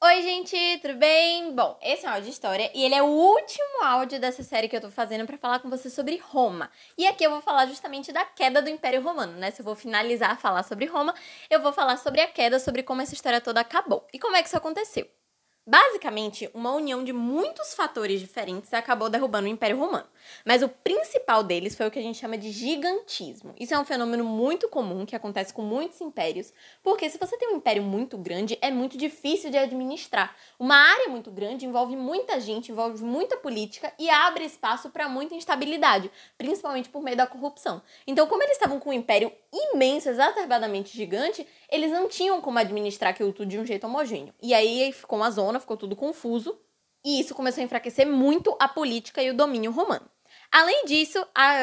Oi, gente, tudo bem? Bom, esse é um áudio de história e ele é o último áudio dessa série que eu tô fazendo pra falar com você sobre Roma. E aqui eu vou falar justamente da queda do Império Romano, né? Se eu vou finalizar a falar sobre Roma, eu vou falar sobre a queda, sobre como essa história toda acabou e como é que isso aconteceu. Basicamente, uma união de muitos fatores diferentes acabou derrubando o Império Romano. Mas o principal deles foi o que a gente chama de gigantismo. Isso é um fenômeno muito comum que acontece com muitos impérios, porque se você tem um império muito grande, é muito difícil de administrar. Uma área muito grande envolve muita gente, envolve muita política e abre espaço para muita instabilidade, principalmente por meio da corrupção. Então, como eles estavam com um império imenso, exacerbadamente gigante, eles não tinham como administrar aquilo tudo de um jeito homogêneo. E aí ficou uma zona, ficou tudo confuso, e isso começou a enfraquecer muito a política e o domínio romano. Além disso,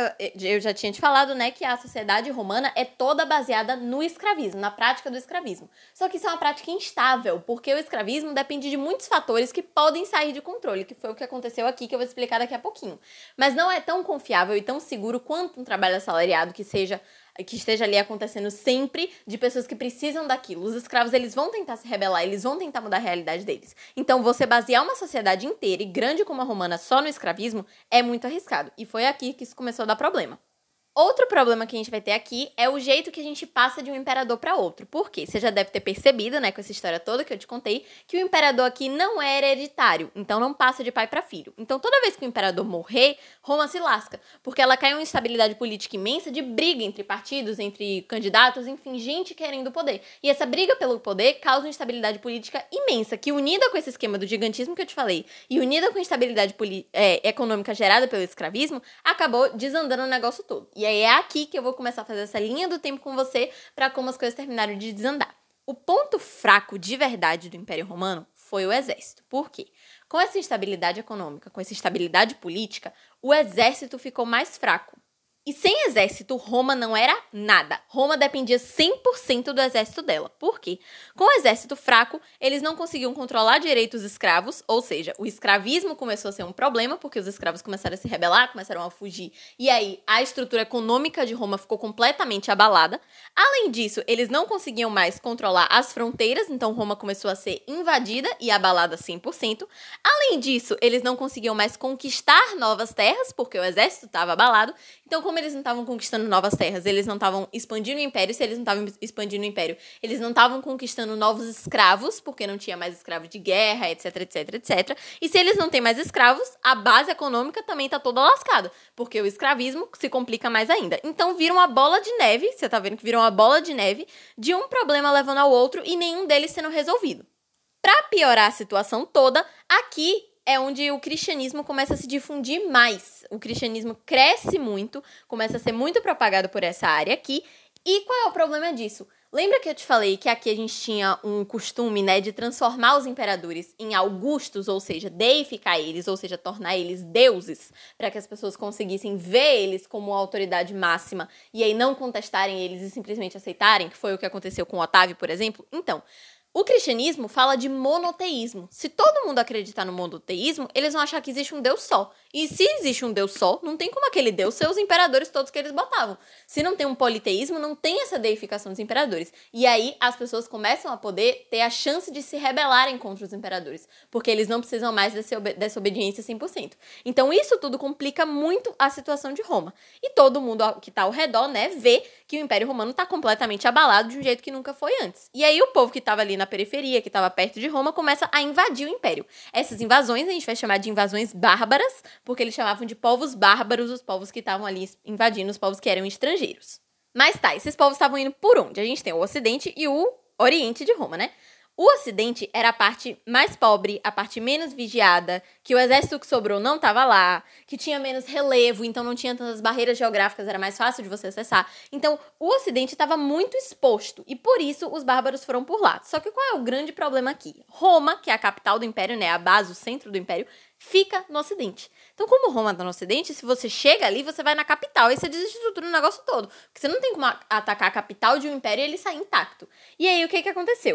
eu já tinha te falado, né, que a sociedade romana é toda baseada no escravismo, na prática do escravismo. Só que isso é uma prática instável, porque o escravismo depende de muitos fatores que podem sair de controle, que foi o que aconteceu aqui, que eu vou explicar daqui a pouquinho. Mas não é tão confiável e tão seguro quanto um trabalho assalariado que esteja ali acontecendo sempre, de pessoas que precisam daquilo. Os escravos, eles vão tentar se rebelar, eles vão tentar mudar a realidade deles. Então, você basear uma sociedade inteira e grande como a romana só no escravismo é muito arriscado. E foi aqui que isso começou a dar problema. Outro problema que a gente vai ter aqui é o jeito que a gente passa de um imperador para outro. Por quê? Você já deve ter percebido, né, com essa história toda que eu te contei, que o imperador aqui não é hereditário, então não passa de pai para filho. Então toda vez que o imperador morrer, Roma se lasca, porque ela cai em uma instabilidade política imensa de briga entre partidos, entre candidatos, enfim, gente querendo o poder. E essa briga pelo poder causa uma instabilidade política imensa, que unida com esse esquema do gigantismo que eu te falei, e unida com a instabilidade econômica gerada pelo escravismo, acabou desandando o negócio todo. E aí é aqui que eu vou começar a fazer essa linha do tempo com você para como as coisas terminaram de desandar. O ponto fraco de verdade do Império Romano foi o exército. Por quê? Com essa instabilidade econômica, com essa instabilidade política, o exército ficou mais fraco. E sem exército, Roma não era nada. Roma dependia 100% do exército dela. Por quê? Com o exército fraco, eles não conseguiam controlar direito os escravos, ou seja, o escravismo começou a ser um problema, porque os escravos começaram a se rebelar, começaram a fugir, e aí a estrutura econômica de Roma ficou completamente abalada. Além disso, eles não conseguiam mais controlar as fronteiras, então Roma começou a ser invadida e abalada 100%. Além disso, eles não conseguiam mais conquistar novas terras, porque o exército estava abalado. Então, como eles não estavam conquistando novas terras, eles não estavam expandindo o império. Se eles não estavam expandindo o império, eles não estavam conquistando novos escravos, porque não tinha mais escravo de guerra, etc, etc, etc. E se eles não têm mais escravos, a base econômica também tá toda lascada, porque o escravismo se complica mais ainda. Então, vira uma bola de neve, você tá vendo que vira uma bola de neve, de um problema levando ao outro e nenhum deles sendo resolvido. Para piorar a situação toda, aqui é onde o cristianismo começa a se difundir mais. O cristianismo cresce muito, começa a ser muito propagado por essa área aqui. E qual é o problema disso? Lembra que eu te falei que aqui a gente tinha um costume, né, de transformar os imperadores em augustos, ou seja, deificar eles, ou seja, tornar eles deuses, para que as pessoas conseguissem ver eles como a autoridade máxima e aí não contestarem eles e simplesmente aceitarem, que foi o que aconteceu com Otávio, por exemplo? Então, o cristianismo fala de monoteísmo. Se todo mundo acreditar no monoteísmo, eles vão achar que existe um Deus só. E se existe um Deus só, não tem como aquele Deus ser os imperadores todos que eles botavam. Se não tem um politeísmo, não tem essa deificação dos imperadores. E aí as pessoas começam a poder ter a chance de se rebelarem contra os imperadores, porque eles não precisam mais dessa obediência 100%. Então isso tudo complica muito a situação de Roma. E todo mundo que está ao redor, né, vê que o Império Romano está completamente abalado de um jeito que nunca foi antes. E aí o povo que estava ali na periferia, que estava perto de Roma, começa a invadir o Império. Essas invasões a gente vai chamar de invasões bárbaras, porque eles chamavam de povos bárbaros os povos que estavam ali invadindo, os povos que eram estrangeiros. Mas tá, esses povos estavam indo por onde? A gente tem o Ocidente e o Oriente de Roma, né? O Ocidente era a parte mais pobre, a parte menos vigiada, que o exército que sobrou não estava lá, que tinha menos relevo, então não tinha tantas barreiras geográficas, era mais fácil de você acessar. Então, o Ocidente estava muito exposto, e por isso os bárbaros foram por lá. Só que qual é o grande problema aqui? Roma, que é a capital do Império, né, a base, o centro do Império, fica no Ocidente. Então, como Roma está no Ocidente, se você chega ali, você vai na capital, e você desestrutura o negócio todo. Porque você não tem como atacar a capital de um império e ele sair intacto. E aí, o que aconteceu?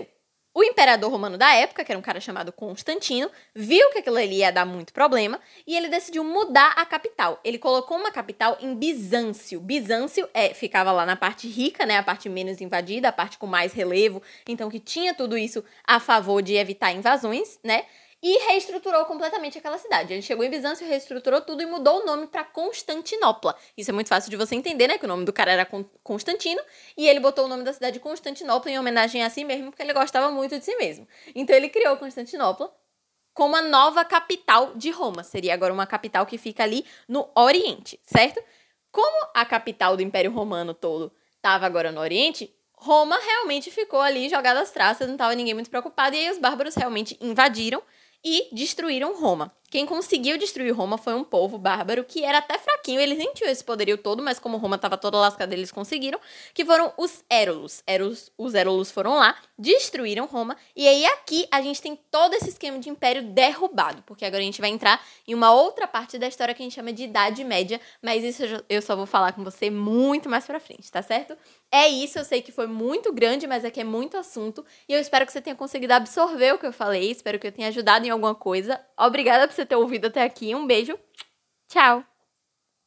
O imperador romano da época, que era um cara chamado Constantino, viu que aquilo ali ia dar muito problema e ele decidiu mudar a capital. Ele colocou uma capital em Bizâncio. Bizâncio ficava lá na parte rica, né, a parte menos invadida, a parte com mais relevo, então que tinha tudo isso a favor de evitar invasões, né? E reestruturou completamente aquela cidade. Ele chegou em Bizâncio, reestruturou tudo e mudou o nome para Constantinopla. Isso é muito fácil de você entender, né? Que o nome do cara era Constantino e ele botou o nome da cidade de Constantinopla em homenagem a si mesmo, porque ele gostava muito de si mesmo. Então ele criou Constantinopla como a nova capital de Roma. Seria agora uma capital que fica ali no Oriente, certo? Como a capital do Império Romano todo estava agora no Oriente, Roma realmente ficou ali jogada às traças, não estava ninguém muito preocupado, e aí os bárbaros realmente invadiram e destruíram Roma. Quem conseguiu destruir Roma foi um povo bárbaro que era até fraquinho, eles nem tinham esse poderio todo, mas como Roma estava toda lascada, eles conseguiram, que foram os Érulos. Os Érulos foram lá, destruíram Roma, e aí aqui a gente tem todo esse esquema de império derrubado, porque agora a gente vai entrar em uma outra parte da história que a gente chama de Idade Média, mas isso eu só vou falar com você muito mais pra frente, tá certo? É isso, eu sei que foi muito grande, mas aqui é muito assunto, e eu espero que você tenha conseguido absorver o que eu falei, espero que eu tenha ajudado em alguma coisa. Obrigada por você ter ouvido até aqui, um beijo, tchau!